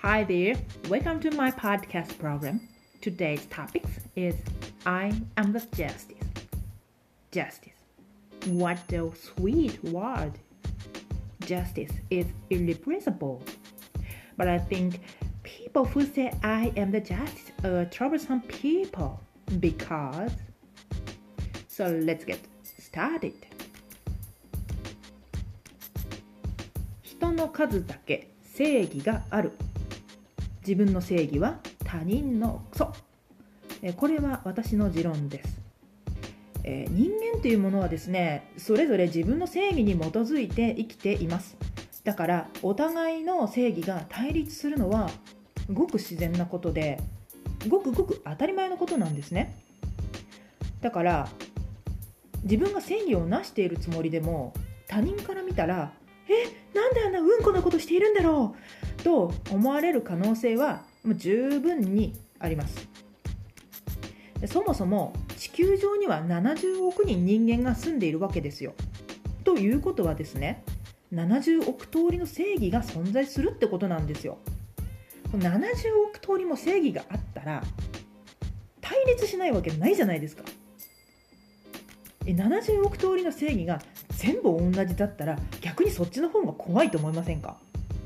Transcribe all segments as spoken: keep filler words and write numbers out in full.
Hi there, welcome to my podcast program. Today's topic is I am the justice. Justice. What a sweet word. Justice is irreplaceable. But I think people who say I am the justice are troublesome people because... So let's get started. 人の数だけ正義がある。自分の正義は他人のクソ。これは私の持論です。えー、人間というものはですね、それぞれ自分の正義に基づいて生きています。だからお互いの正義が対立するのはごく自然なことで、ごくごく当たり前のことなんですね。だから自分が正義をなしているつもりでも、他人から見たらえ、なんであんなうんこなことしているんだろうと思われる可能性は十分にあります。そもそも地球上にはななじゅうおくにん人間が住んでいるわけですよ。ということはですね、ななじゅうおく通りの正義が存在するってことなんですよ。ななじゅうおく通りも正義があったら対立しないわけないじゃないですか。ななじゅうおく通りの正義が全部同じだったら逆にそっちの方が怖いと思いませんか？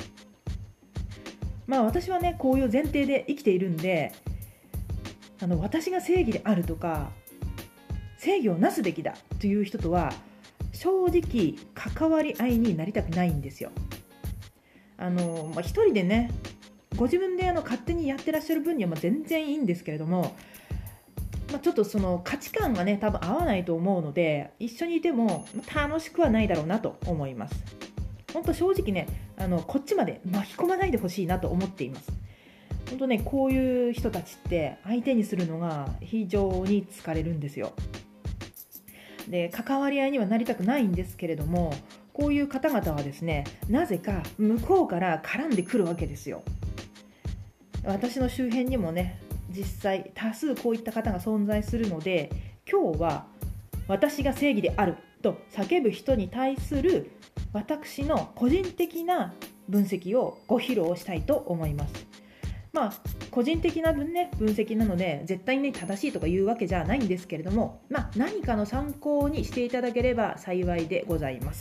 まあ私はね、こういう前提で生きているんで、あの私が正義であるとか正義をなすべきだという人とは正直関わり合いになりたくないんですよ。あの、まあ、一人でねご自分であの勝手にやってらっしゃる分にはまあ全然いいんですけれども、まあ、ちょっとその価値観がね多分合わないと思うので、一緒にいても楽しくはないだろうなと思います。本当正直ね、あのこっちまで巻き込まないでほしいなと思っています。本当ね、こういう人たちって相手にするのが非常に疲れるんですよ。で、関わり合いにはなりたくないんですけれども、こういう方々はですね、なぜか向こうから絡んでくるわけですよ。私の周辺にもね、実際多数こういった方が存在するので、今日は私が正義であると叫ぶ人に対する私の個人的な分析をご披露したいと思います。まあ個人的な分、ね、分析なので絶対に、ね、正しいとかいうわけじゃないんですけれども、まあ、何かの参考にしていただければ幸いでございます。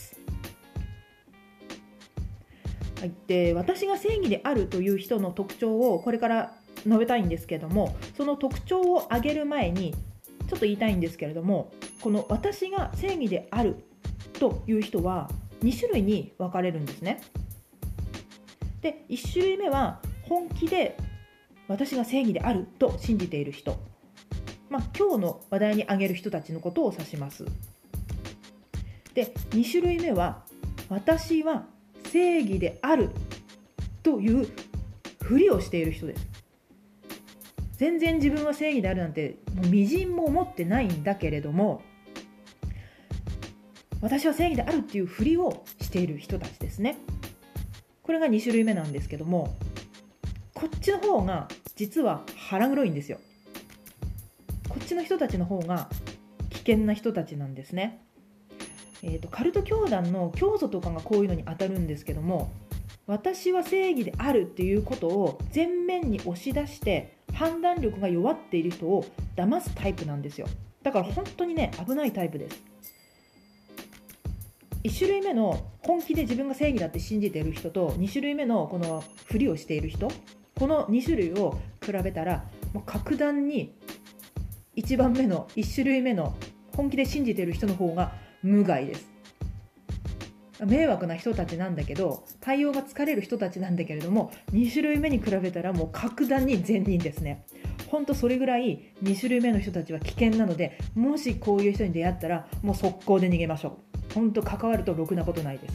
はい、で私が正義であるという人の特徴をこれから述べたいんですけれども、その特徴を挙げる前にちょっと言いたいんですけれども、この私が正義であるという人はに種類に分かれるんですね。で、いち種類目は本気で私が正義であると信じている人、まあ、今日の話題に挙げる人たちのことを指します。で、に種類目は私は正義であるというふりをしている人です。全然自分は正義であるなんてもうみじんも思ってないんだけれども、私は正義であるっていうふりをしている人たちですね。これがに種類目なんですけども、こっちの方が実は腹黒いんですよ。こっちの人たちの方が危険な人たちなんですね。えーと、カルト教団の教祖とかがこういうのに当たるんですけども、私は正義であるっていうことを前面に押し出して判断力が弱っている人を騙すタイプなんですよ。だから本当にね、危ないタイプです。いち種類目の本気で自分が正義だって信じている人と、に種類目のこのふりをしている人、このに種類を比べたらもう格段にいちばんめのいち種類目の本気で信じている人の方が無害です。迷惑な人たちなんだけど、対応が疲れる人たちなんだけれども、に種類目に比べたらもう格段に善人ですね。ほんとそれぐらいに種類目の人たちは危険なので、もしこういう人に出会ったらもう速攻で逃げましょう。ほんと関わるとろくなことないです。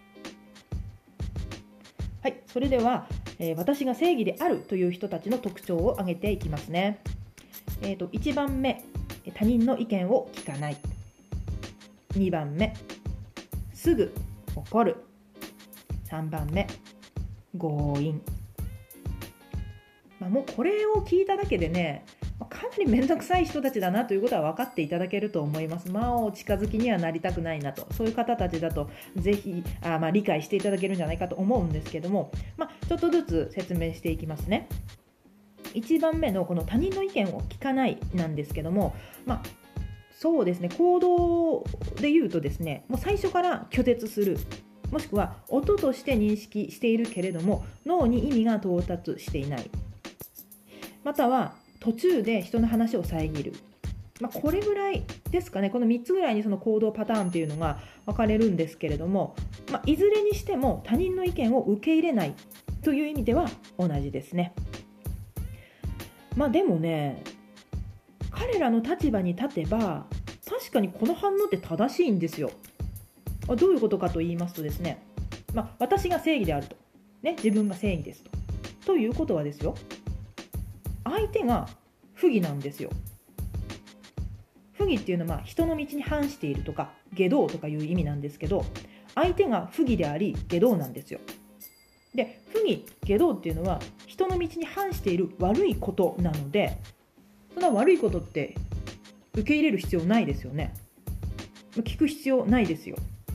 はい、それでは、えー、私が正義であるという人たちの特徴を挙げていきますね。えーと、いちばんめ、他人の意見を聞かない。にばんめ、すぐ怒る。さんばんめ、強引。まあ、もうこれを聞いただけでね、かかなり面倒くさい人たちだなということは分かっていただけると思います。まあお近づきにはなりたくないなと、そういう方たちだとぜひあ、まあ、理解していただけるんじゃないかと思うんですけども、まあ、ちょっとずつ説明していきますね。いちばんめのこの他人の意見を聞かないなんですけども、まあ、そうですね、行動で言うとですね、もう最初から拒絶する、もしくは音として認識しているけれども脳に意味が到達していない、または途中で人の話を遮る、まあ、これぐらいですかね。このみっつぐらいにその行動パターンというのが分かれるんですけれども、まあ、いずれにしても他人の意見を受け入れないという意味では同じですね。まあでもね、彼らの立場に立てば確かにこの反応って正しいんですよ。どういうことかと言いますとですね、まあ、私が正義であると、ね、自分が正義ですとということはですよ、相手が不義なんですよ。不義っていうのはまあ人の道に反しているとか外道とかいう意味なんですけど、相手が不義であり外道なんですよ。で、不義外道っていうのは人の道に反している悪いことなので、そんな悪いことって受け入れる必要ないですよね。聞く必要ないですよ。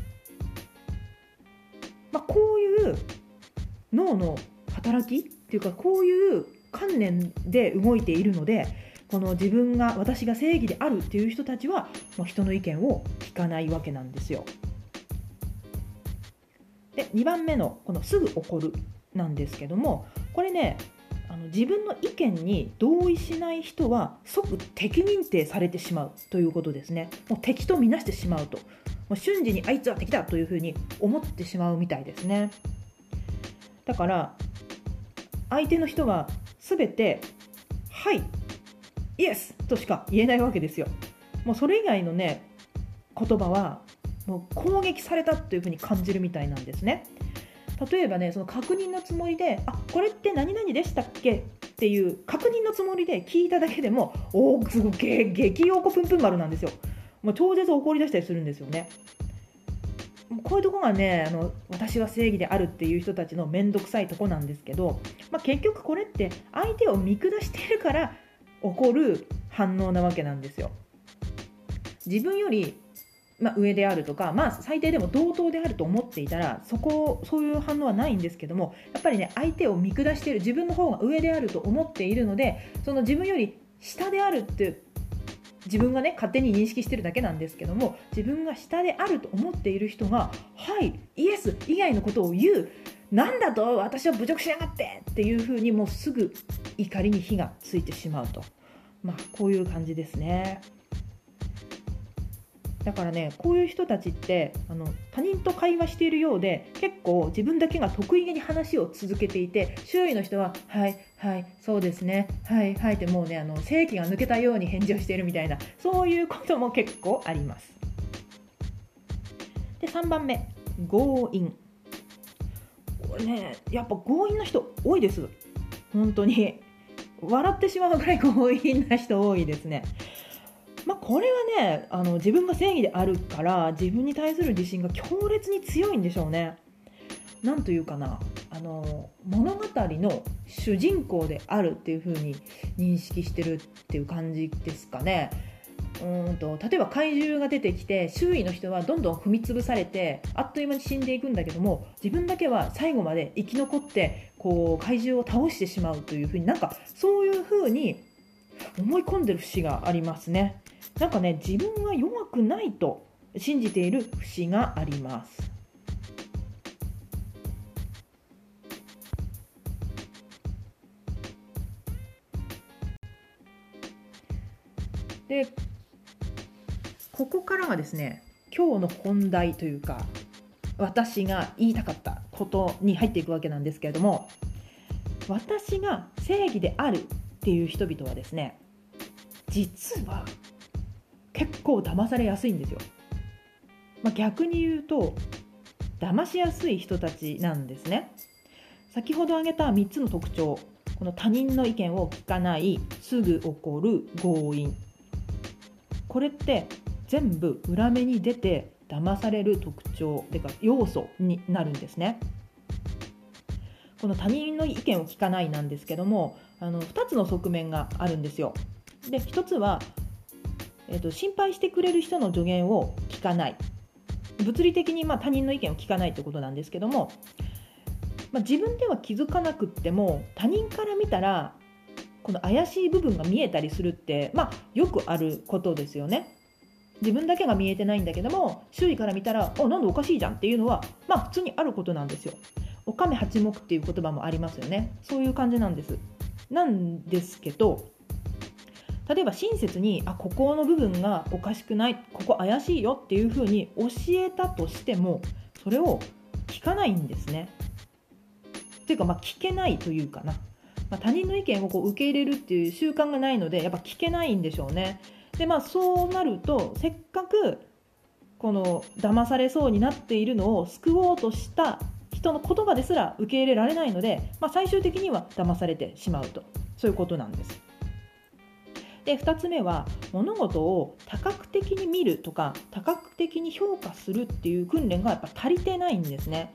まあ、こういう脳の働きっていうか、こういう観念で動いているので、この自分が私が正義であるっていう人たちはもう人の意見を聞かないわけなんですよ。で、にばんめのこのすぐ怒るなんですけども、これね、あの自分の意見に同意しない人は即敵認定されてしまうということですね。もう敵とみなしてしまうと、もう瞬時にあいつは敵だというふうに思ってしまうみたいですね。だから相手の人が全てはいイエスとしか言えないわけですよ。もうそれ以外のね言葉はもう攻撃されたというふうに感じるみたいなんですね。例えばね、その確認のつもりで、あ、これって何々でしたっけっていう確認のつもりで聞いただけでも、おー、すごい激おこぷんぷん丸なんですよ。もう超絶怒り出したりするんですよね。こういうとこがね、あの私は正義であるっていう人たちのめんどくさいとこなんですけど、まあ、結局これって相手を見下しているから起こる反応なわけなんですよ。自分よりまあ、上であるとか、まあ、最低でも同等であると思っていたらそこそういう反応はないんですけども、やっぱりね、相手を見下している、自分の方が上であると思っているので、その自分より下であるって自分がね勝手に認識してるだけなんですけども、自分が下であると思っている人がはいイエス以外のことを言う、なんだと私を侮辱しやがってっていう風にもうすぐ怒りに火がついてしまうと、まあこういう感じですね。だからね、こういう人たちってあの他人と会話しているようで、結構自分だけが得意げに話を続けていて、周囲の人ははいはいそうですねはいはいってもうね、あの正気が抜けたように返事をしているみたいな、そういうことも結構あります。で、さんばんめ、強引。これね、やっぱ強引な人多いです。本当に笑ってしまうぐらい強引な人多いですね。まあ、これはね、あの自分が正義であるから自分に対する自信が強烈に強いんでしょうね。なんというかな、あの物語の主人公であるっていう風に認識してるっていう感じですかね。うーんと例えば怪獣が出てきて、周囲の人はどんどん踏み潰されてあっという間に死んでいくんだけども、自分だけは最後まで生き残ってこう怪獣を倒してしまうという風に、なんかそういう風に思い込んでる節がありますね。なんかね、自分は弱くないと信じている節があります。で、ここからがですね、今日の本題というか、私が言いたかったことに入っていくわけなんですけれども、私が正義であるっていう人々はですね、実は結構騙されやすいんですよ。まあ、逆に言うと騙しやすい人たちなんですね。先ほど挙げたみっつの特徴、この他人の意見を聞かない、すぐ怒る、強引、これって全部裏目に出て騙される特徴というか要素になるんですね。この他人の意見を聞かないなんですけども、あのふたつの側面があるんですよ。 で一つは、えーと、心配してくれる人の助言を聞かない、物理的にまあ他人の意見を聞かないということなんですけども、まあ、自分では気づかなくっても他人から見たらこの怪しい部分が見えたりするって、まあ、よくあることですよね。自分だけが見えてないんだけども周囲から見たらあなんでおかしいじゃんっていうのは、まあ、普通にあることなんですよ。おかめ八目っていう言葉もありますよね。そういう感じなんですなんですけど、例えば親切にあここの部分がおかしくない、ここ怪しいよっていうふうに教えたとしてもそれを聞かないんですね。というか、まあ、聞けないというかな、まあ、他人の意見をこう受け入れるっていう習慣がないのでやっぱ聞けないんでしょうね。で、まあ、そうなるとせっかくこの騙されそうになっているのを救おうとした人の言葉ですら受け入れられないので、まあ、最終的には騙されてしまうと、そういうことなんです。でふたつめは物事を多角的に見るとか多角的に評価するっていう訓練がやっぱ足りてないんですね。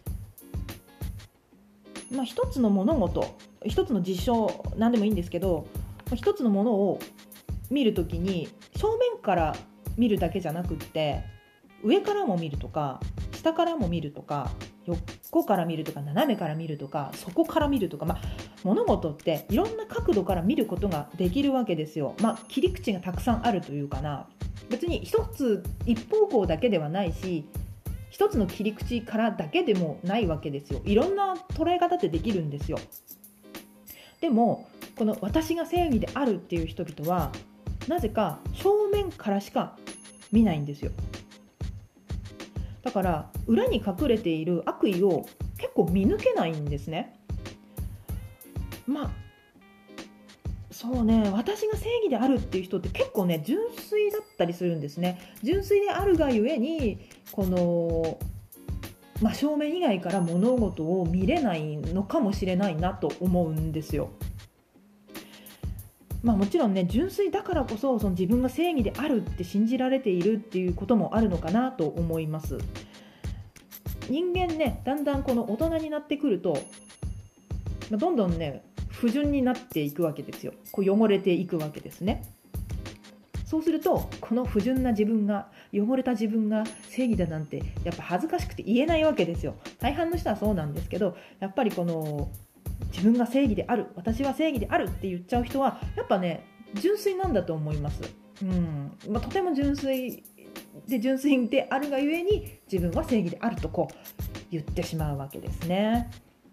まあ、一つの物事、一つの事象何でもいいんですけど、一つのものを見るときに正面から見るだけじゃなくって上からも見るとか下からも見るとか横から見るとか斜めから見るとか底から見るとか、まあ、物事っていろんな角度から見ることができるわけですよ。まあ、切り口がたくさんあるというかな、別に一つ一方向だけではないし一つの切り口からだけでもないわけですよ。いろんな捉え方ってできるんですよ。でもこの私が正義であるっていう人々はなぜか正面からしか見ないんですよ。だから裏に隠れている悪意を結構見抜けないんですね。まあそうね、私が正義であるっていう人って結構ね純粋だったりするんですね。純粋であるがゆえにこの、まあ、正面以外から物事を見れないのかもしれないなと思うんですよ。まあ、もちろんね純粋だからこそ、その自分が正義であるって信じられているっていうこともあるのかなと思います。人間ねだんだんこの大人になってくると、まあ、どんどんね不純になっていくわけですよ。こう汚れていくわけですね。そうするとこの不純な自分が、汚れた自分が正義だなんてやっぱ恥ずかしくて言えないわけですよ。大半の人はそうなんですけど、やっぱりこの自分が正義である、私は正義であるって言っちゃう人はやっぱね純粋なんだと思います。うんまあ、とても純粋で純粋であるがゆえに自分は正義であるとこう言ってしまうわけですね。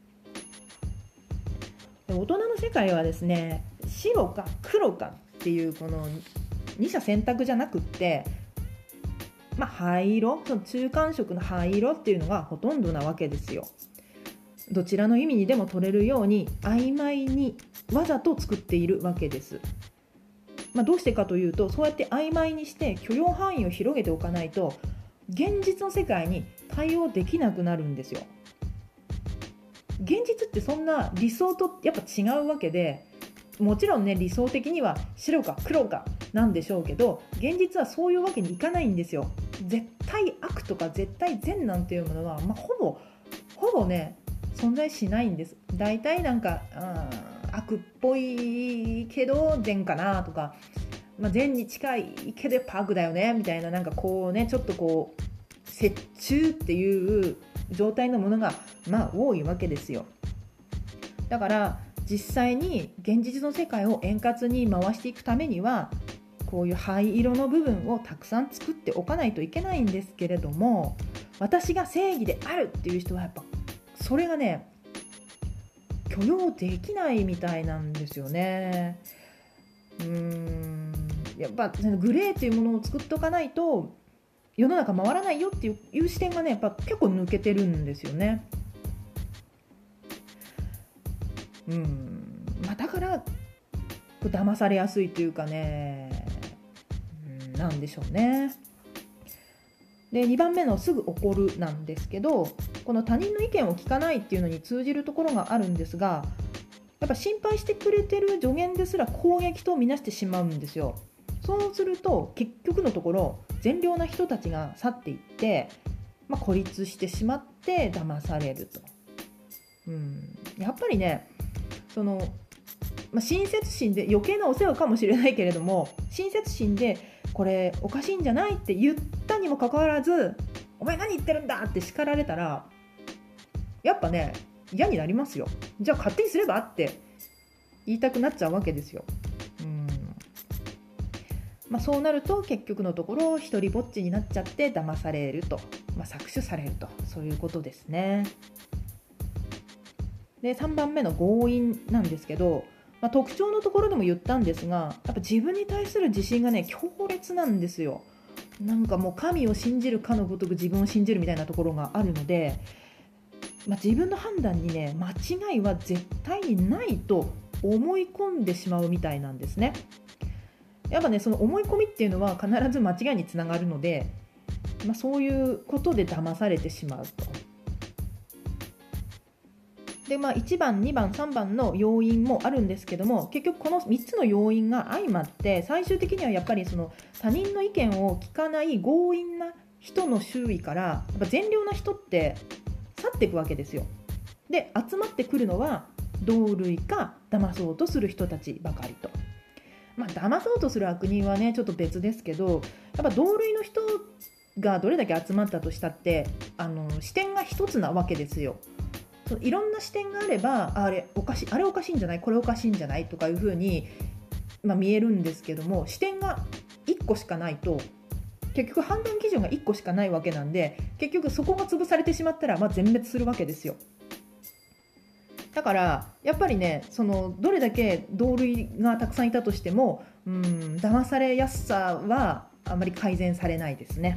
で大人の世界はですね、白か黒かっていうこの二者選択じゃなくって、まあ、灰色、その中間色の灰色っていうのがほとんどなわけですよ。どちらの意味にでも取れるように曖昧にわざと作っているわけです。まあ、どうしてかというと、そうやって曖昧にして許容範囲を広げておかないと現実の世界に対応できなくなるんですよ。現実ってそんな理想とやっぱ違うわけで、もちろんね理想的には白か黒かなんでしょうけど、現実はそういうわけにいかないんですよ。絶対悪とか絶対善なんていうものは、まあ、ほぼほぼね存在しないんです。だいたいなんか、うん、悪っぽいけど善かなとか、まあ、善に近いけどやっぱ悪だよねみたいな、なんかこうねちょっとこう折衷っていう状態のものがまあ多いわけですよ。だから実際に現実の世界を円滑に回していくためにはこういう灰色の部分をたくさん作っておかないといけないんですけれども、私が正義であるっていう人はやっぱそれがね許容できないみたいなんですよね。うーんやっぱグレーっていうものを作っておかないと世の中回らないよっていう、いう視点がねやっぱ結構抜けてるんですよね。うんまあ、だから騙されやすいというかね、うんなんでしょうね。でにばんめのすぐ怒るなんですけど、この他人の意見を聞かないっていうのに通じるところがあるんですが、やっぱ心配してくれてる助言ですら攻撃とみなしてしまうんですよ。そうすると結局のところ善良な人たちが去っていって、まあ、孤立してしまって騙されると。うんやっぱりねそのまあ、親切心で余計なお世話かもしれないけれども、親切心でこれおかしいんじゃないって言ったにもかかわらず、お前何言ってるんだって叱られたらやっぱね嫌になりますよ。じゃあ勝手にすればって言いたくなっちゃうわけですよ。うん、まあ、そうなると結局のところ一人ぼっちになっちゃって騙されると、まあ、搾取されると、そういうことですね。でさんばんめの強引なんですけど、まあ、特徴のところでも言ったんですが、やっぱ自分に対する自信がね強烈なんですよ。なんかもう神を信じるかのごとく自分を信じるみたいなところがあるので、まあ、自分の判断にね間違いは絶対にないと思い込んでしまうみたいなんですね。やっぱねその思い込みっていうのは必ず間違いにつながるので、まあ、そういうことで騙されてしまうと。でまあ、いちばんにばんさんばんの要因もあるんですけども、結局このみっつの要因が相まって最終的にはやっぱりその他人の意見を聞かない強引な人の周囲からやっぱ善良な人って去っていくわけですよ。で集まってくるのは同類か騙そうとする人たちばかりと。まあ騙そうとする悪人はねちょっと別ですけど、やっぱ同類の人がどれだけ集まったとしたってあの視点が一つなわけですよ。いろんな視点があれば、あれおかしい、あれおかしいんじゃない、これおかしいんじゃないとかいうふうに、まあ、見えるんですけども、視点がいっこしかないと結局判断基準がいっこしかないわけなんで、結局そこが潰されてしまったら、まあ、全滅するわけですよ。だからやっぱりねそのどれだけ同類がたくさんいたとしても、うん騙されやすさはあまり改善されないですね。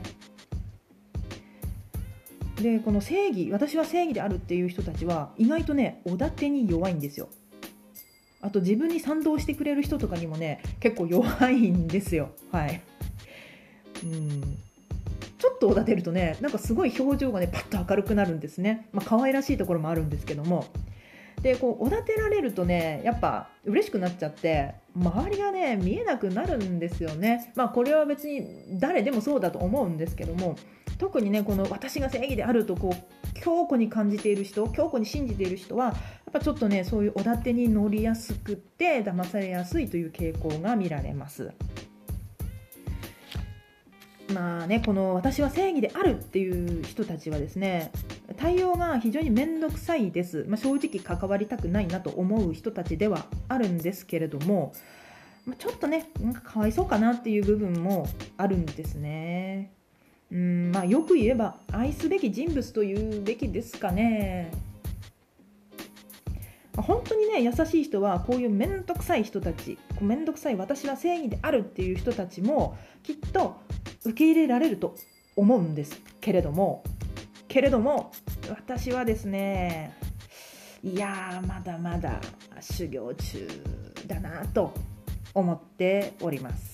でこの正義、私は正義であるっていう人たちは意外とねおだてに弱いんですよ。あと自分に賛同してくれる人とかにもね結構弱いんですよ。はい。うんちょっとおだてるとねなんかすごい表情がねパッと明るくなるんですね。まあ可愛らしいところもあるんですけども、でこうおだてられるとねやっぱ嬉しくなっちゃって周りがね見えなくなるんですよね。まあこれは別に誰でもそうだと思うんですけども、特にねこの私が正義であるとこう強固に感じている人、強固に信じている人はやっぱちょっとねそういうおだてに乗りやすくって騙されやすいという傾向が見られます。まあねこの私は正義であるっていう人たちはですね対応が非常に面倒くさいです。まあ、正直関わりたくないなと思う人たちではあるんですけれども、まあ、ちょっとねなんかかわいそうかなっていう部分もあるんですね。うんまあ、よく言えば愛すべき人物というべきですかね。本当にね優しい人はこういう面倒くさい人たち、面倒くさい私は正義であるっていう人たちもきっと受け入れられると思うんですけれどもけれども私はですねいやまだまだ修行中だなと思っております。